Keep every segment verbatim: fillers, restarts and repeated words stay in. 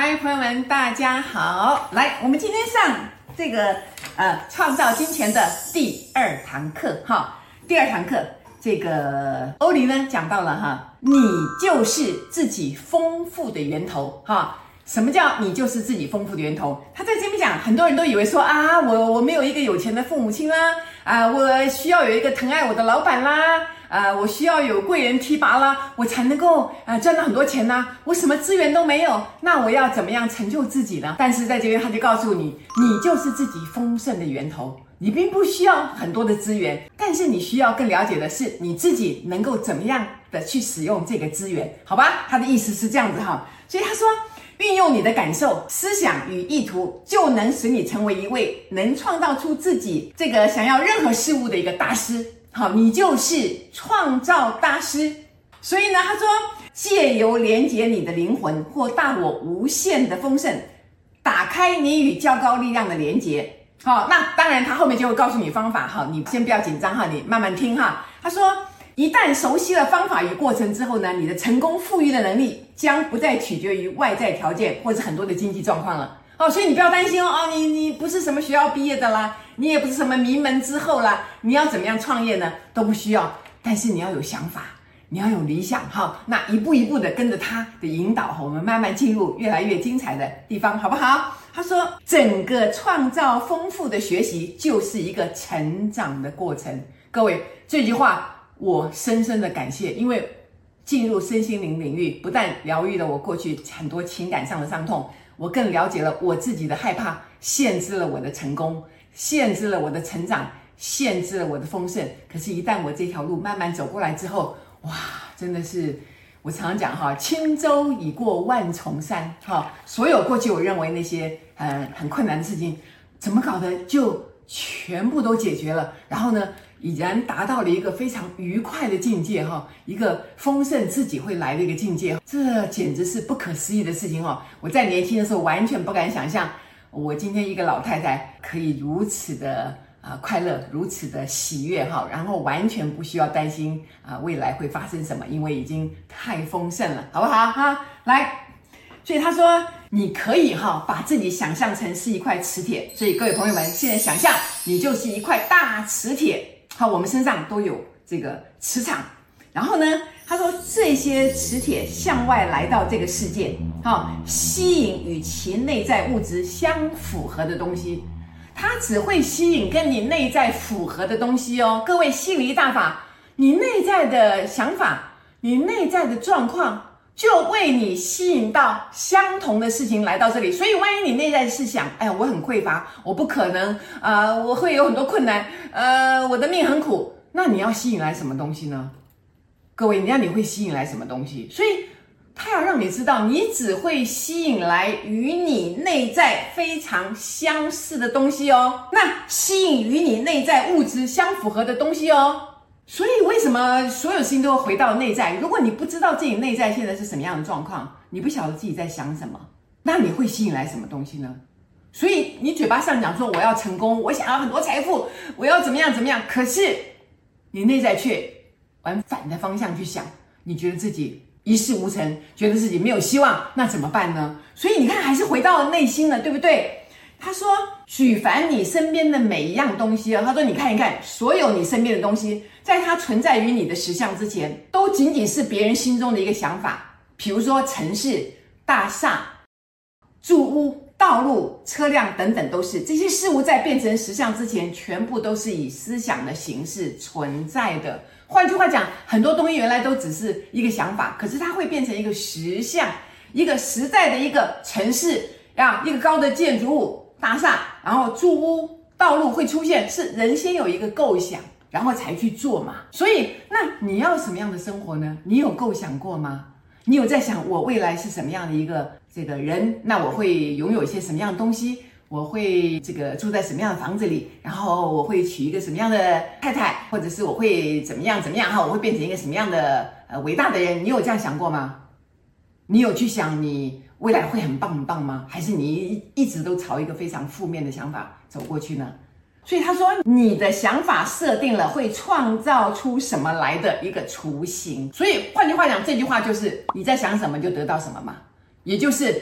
嗨，朋友们，大家好！来，我们今天上这个呃创造金钱的第二堂课哈。第二堂课，这个欧林呢讲到了哈，你就是自己丰富的源头哈。什么叫你就是自己丰富的源头？他在这边讲，很多人都以为说啊，我我没有一个有钱的父母亲啦，啊，我需要有一个疼爱我的老板啦。啊、呃，我需要有贵人提拔啦，我才能够啊、呃、赚到很多钱呐。我什么资源都没有，那我要怎么样成就自己呢？但是在这边他就告诉你，你就是自己丰盛的源头，你并不需要很多的资源，但是你需要更了解的是你自己能够怎么样的去使用这个资源，好吧？他的意思是这样子哈，所以他说，运用你的感受、思想与意图，就能使你成为一位能创造出自己这个想要任何事物的一个大师。好，你就是创造大师。所以呢，他说，借由连接你的灵魂或大我无限的丰盛，打开你与较高力量的连接。好，那当然他后面就会告诉你方法哈，你先不要紧张哈，你慢慢听哈。他说，一旦熟悉了方法与过程之后呢，你的成功富裕的能力将不再取决于外在条件或者很多的经济状况了。哦，所以你不要担心哦，哦，你你不是什么学校毕业的啦，你也不是什么名门之后啦，你要怎么样创业呢？都不需要，但是你要有想法，你要有理想哈，那一步一步的跟着他的引导，我们慢慢进入越来越精彩的地方，好不好？他说，整个创造丰富的学习就是一个成长的过程。各位，这句话我深深的感谢，因为进入身心灵领域，不但疗愈了我过去很多情感上的伤痛，我更了解了我自己的害怕，限制了我的成功，限制了我的成长，限制了我的丰盛。可是，一旦我这条路慢慢走过来之后，哇，真的是，我常常讲哈，轻舟已过万重山哈。所有过去我认为那些很很困难的事情，怎么搞的就全部都解决了。然后呢，已然达到了一个非常愉快的境界哈，一个丰盛自己会来的一个境界，这简直是不可思议的事情哦！我在年轻的时候完全不敢想象，我今天一个老太太可以如此的啊、呃、快乐，如此的喜悦哈，然后完全不需要担心啊、呃、未来会发生什么，因为已经太丰盛了，好不好哈？来，所以他说你可以哈把自己想象成是一块磁铁，所以各位朋友们，现在想象你就是一块大磁铁。好，我们身上都有这个磁场，然后呢，他说这些磁铁向外来到这个世界，好，吸引与其内在物质相符合的东西，它只会吸引跟你内在符合的东西哦。各位，吸引力大法，你内在的想法，你内在的状况，就为你吸引到相同的事情来到这里。所以万一你内在是想，哎呀，我很匮乏，我不可能啊、呃，我会有很多困难，呃，我的命很苦，那你要吸引来什么东西呢？各位，你要你会吸引来什么东西？所以他要让你知道，你只会吸引来与你内在非常相似的东西哦，那吸引与你内在物质相符合的东西哦。所以为什么所有事情都会回到内在？如果你不知道自己内在现在是什么样的状况，你不晓得自己在想什么，那你会吸引来什么东西呢？所以你嘴巴上讲说我要成功，我想要很多财富，我要怎么样怎么样，可是你内在却往反的方向去想，你觉得自己一事无成，觉得自己没有希望，那怎么办呢？所以你看，还是回到内心了，对不对？他说，举凡你身边的每一样东西啊，他说你看一看，所有你身边的东西，在它存在于你的实相之前，都仅仅是别人心中的一个想法。比如说城市、大厦、住屋、道路、车辆等等，都是这些事物在变成实相之前，全部都是以思想的形式存在的。换句话讲，很多东西原来都只是一个想法，可是它会变成一个实相，一个实在的一个城市啊，一个高的建筑物。大厦，然后住屋、道路会出现，是人先有一个构想，然后才去做嘛。所以，那你要什么样的生活呢？你有构想过吗？你有在想我未来是什么样的一个这个人？那我会拥有一些什么样的东西？我会这个住在什么样的房子里？然后我会娶一个什么样的太太？或者是我会怎么样怎么样哈？我会变成一个什么样的呃伟大的人？你有这样想过吗？你有去想你未来会很棒很棒吗？还是你一直都朝一个非常负面的想法走过去呢？所以他说，你的想法设定了会创造出什么来的一个雏形。所以换句话讲，这句话就是你在想什么就得到什么嘛。也就是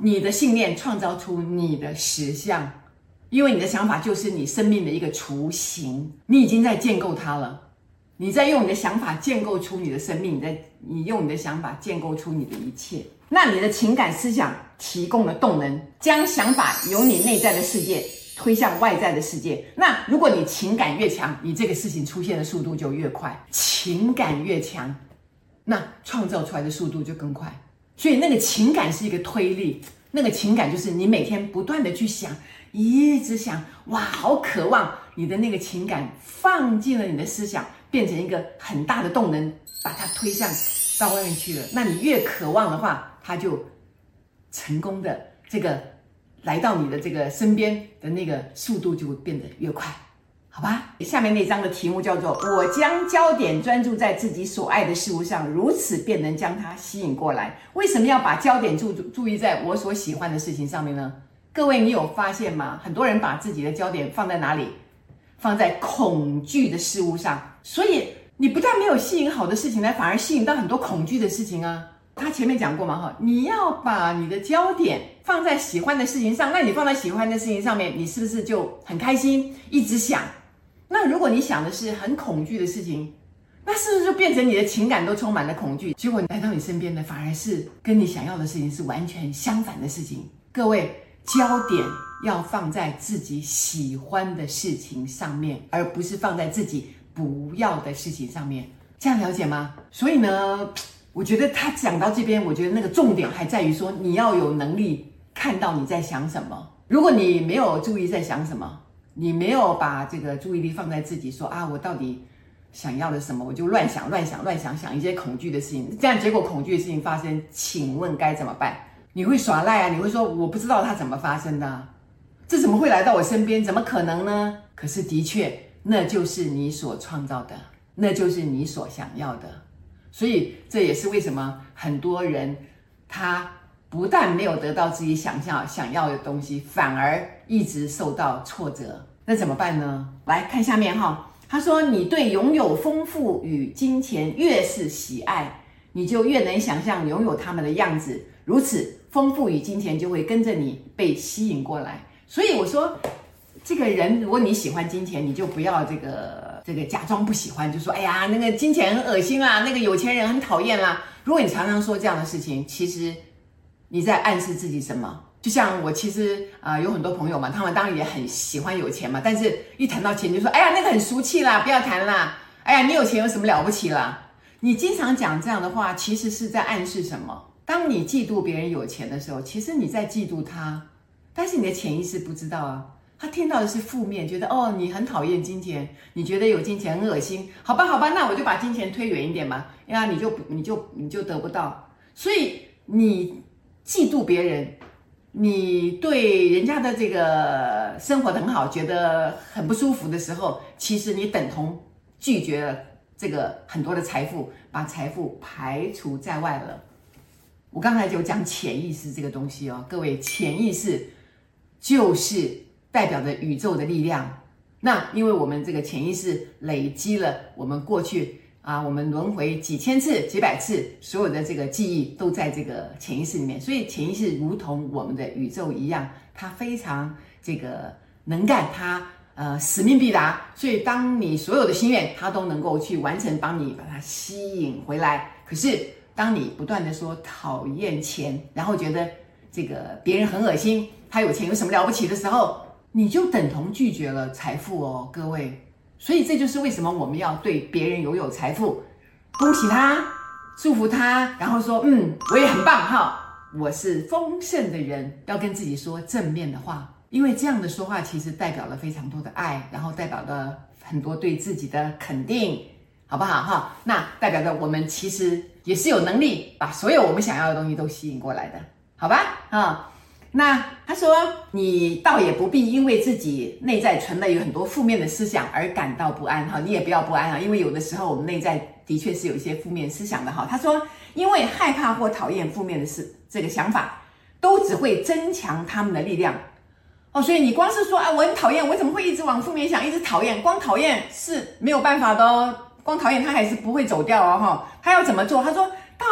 你的信念创造出你的实相，因为你的想法就是你生命的一个雏形，你已经在建构它了。你在用你的想法建构出你的生命，你在你用你的想法建构出你的一切。那你的情感思想提供了动能，将想法由你内在的世界推向外在的世界。那如果你情感越强，你这个事情出现的速度就越快。情感越强，那创造出来的速度就更快。所以那个情感是一个推力，那个情感就是你每天不断的去想，一直想，哇，好渴望，你的那个情感放进了你的思想，变成一个很大的动能，把它推向到外面去了。那你越渴望的话，它就成功的这个来到你的这个身边的那个速度就会变得越快，好吧？下面那章的题目叫做我将焦点专注在自己所爱的事物上，如此便能将它吸引过来。为什么要把焦点注注意在我所喜欢的事情上面呢？各位，你有发现吗？很多人把自己的焦点放在哪里？放在恐惧的事物上，所以你不但没有吸引好的事情来，反而吸引到很多恐惧的事情啊。他前面讲过嘛，哈，你要把你的焦点放在喜欢的事情上，那你放在喜欢的事情上面，你是不是就很开心，一直想？那如果你想的是很恐惧的事情，那是不是就变成你的情感都充满了恐惧？结果来到你身边的反而是跟你想要的事情是完全相反的事情。各位，焦点要放在自己喜欢的事情上面，而不是放在自己不要的事情上面，这样了解吗？所以呢，我觉得他讲到这边，我觉得那个重点还在于说，你要有能力看到你在想什么。如果你没有注意在想什么，你没有把这个注意力放在自己说啊，我到底想要的什么，我就乱想乱想乱想想一些恐惧的事情，这样结果恐惧的事情发生，请问该怎么办？你会耍赖啊，你会说我不知道它怎么发生的啊，这怎么会来到我身边？怎么可能呢？可是的确，那就是你所创造的，那就是你所想要的。所以这也是为什么很多人他不但没有得到自己想象想要的东西，反而一直受到挫折。那怎么办呢？来看下面哈，他说你对拥有丰富与金钱越是喜爱，你就越能想象拥有他们的样子，如此丰富与金钱就会跟着你被吸引过来。所以我说，这个人如果你喜欢金钱，你就不要这个这个假装不喜欢，就说哎呀那个金钱很恶心啦，那个有钱人很讨厌啦。如果你常常说这样的事情，其实你在暗示自己什么？就像我其实啊、呃、有很多朋友嘛，他们当然也很喜欢有钱嘛，但是一谈到钱就说哎呀那个很俗气啦，不要谈啦，哎呀你有钱有什么了不起啦？你经常讲这样的话，其实是在暗示什么？当你嫉妒别人有钱的时候，其实你在嫉妒他，但是你的潜意识不知道啊，他听到的是负面，觉得哦你很讨厌金钱，你觉得有金钱很恶心，好吧好吧，那我就把金钱推远一点吧，呀你就你就你就得不到。所以你嫉妒别人，你对人家的这个生活很好，觉得很不舒服的时候，其实你等同拒绝了这个很多的财富，把财富排除在外了。我刚才就讲潜意识这个东西哦，各位，潜意识就是代表着宇宙的力量。那因为我们这个潜意识累积了我们过去啊，我们轮回几千次、几百次，所有的这个记忆都在这个潜意识里面，所以潜意识如同我们的宇宙一样，它非常这个能干，它呃使命必达。所以当你所有的心愿，它都能够去完成，帮你把它吸引回来。可是当你不断的说讨厌钱，然后觉得这个别人很恶心，他有钱有什么了不起的时候，你就等同拒绝了财富哦，各位。所以这就是为什么我们要对别人拥有财富，恭喜他，祝福他，然后说嗯我也很棒哈，我是丰盛的人，要跟自己说正面的话，因为这样的说话其实代表了非常多的爱，然后代表了很多对自己的肯定，好不好哈？那代表着我们其实也是有能力把所有我们想要的东西都吸引过来的，好吧？啊，那他说你倒也不必因为自己内在存了有很多负面的思想而感到不安哈，你也不要不安啊，因为有的时候我们内在的确是有一些负面思想的哈。他说，因为害怕或讨厌负面的事，这个想法都只会增强他们的力量哦。所以你光是说啊我很讨厌，我怎么会一直往负面想，一直讨厌？光讨厌是没有办法的哦。光讨厌他还是不会走掉哦，他要怎么做？他说倒不如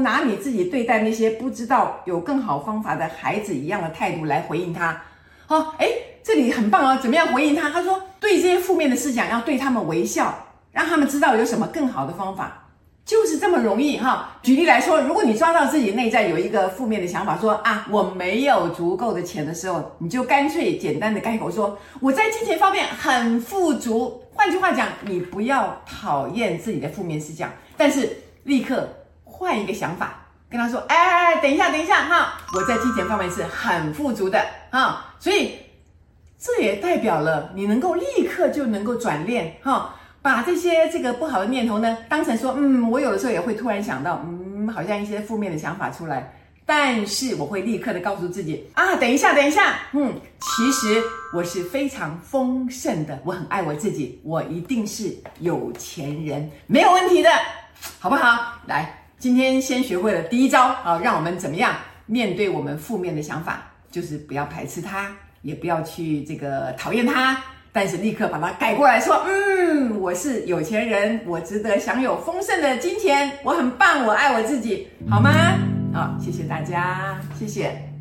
拿你自己对待那些不知道有更好方法的孩子一样的态度来回应他。哦，哎，这里很棒哦，怎么样回应他？他说，对这些负面的思想要对他们微笑，让他们知道有什么更好的方法。就是这么容易哈。举例来说，如果你抓到自己内在有一个负面的想法，说啊我没有足够的钱的时候，你就干脆简单的开口说我在金钱方面很富足。换句话讲，你不要讨厌自己的负面思想，但是立刻换一个想法，跟他说，哎，等一下等一下哈，我在金钱方面是很富足的哈。所以这也代表了你能够立刻就能够转念哈。把这些这个不好的念头呢，当成说，嗯，我有的时候也会突然想到，嗯，好像一些负面的想法出来，但是我会立刻的告诉自己，啊，等一下，等一下，嗯，其实我是非常丰盛的，我很爱我自己，我一定是有钱人，没有问题的，好不好？来，今天先学会了第一招，好，让我们怎么样面对我们负面的想法，就是不要排斥它，也不要去这个讨厌它。但是立刻把它改过来说，嗯，我是有钱人，我值得享有丰盛的金钱，我很棒，我爱我自己，好吗？好，谢谢大家，谢谢。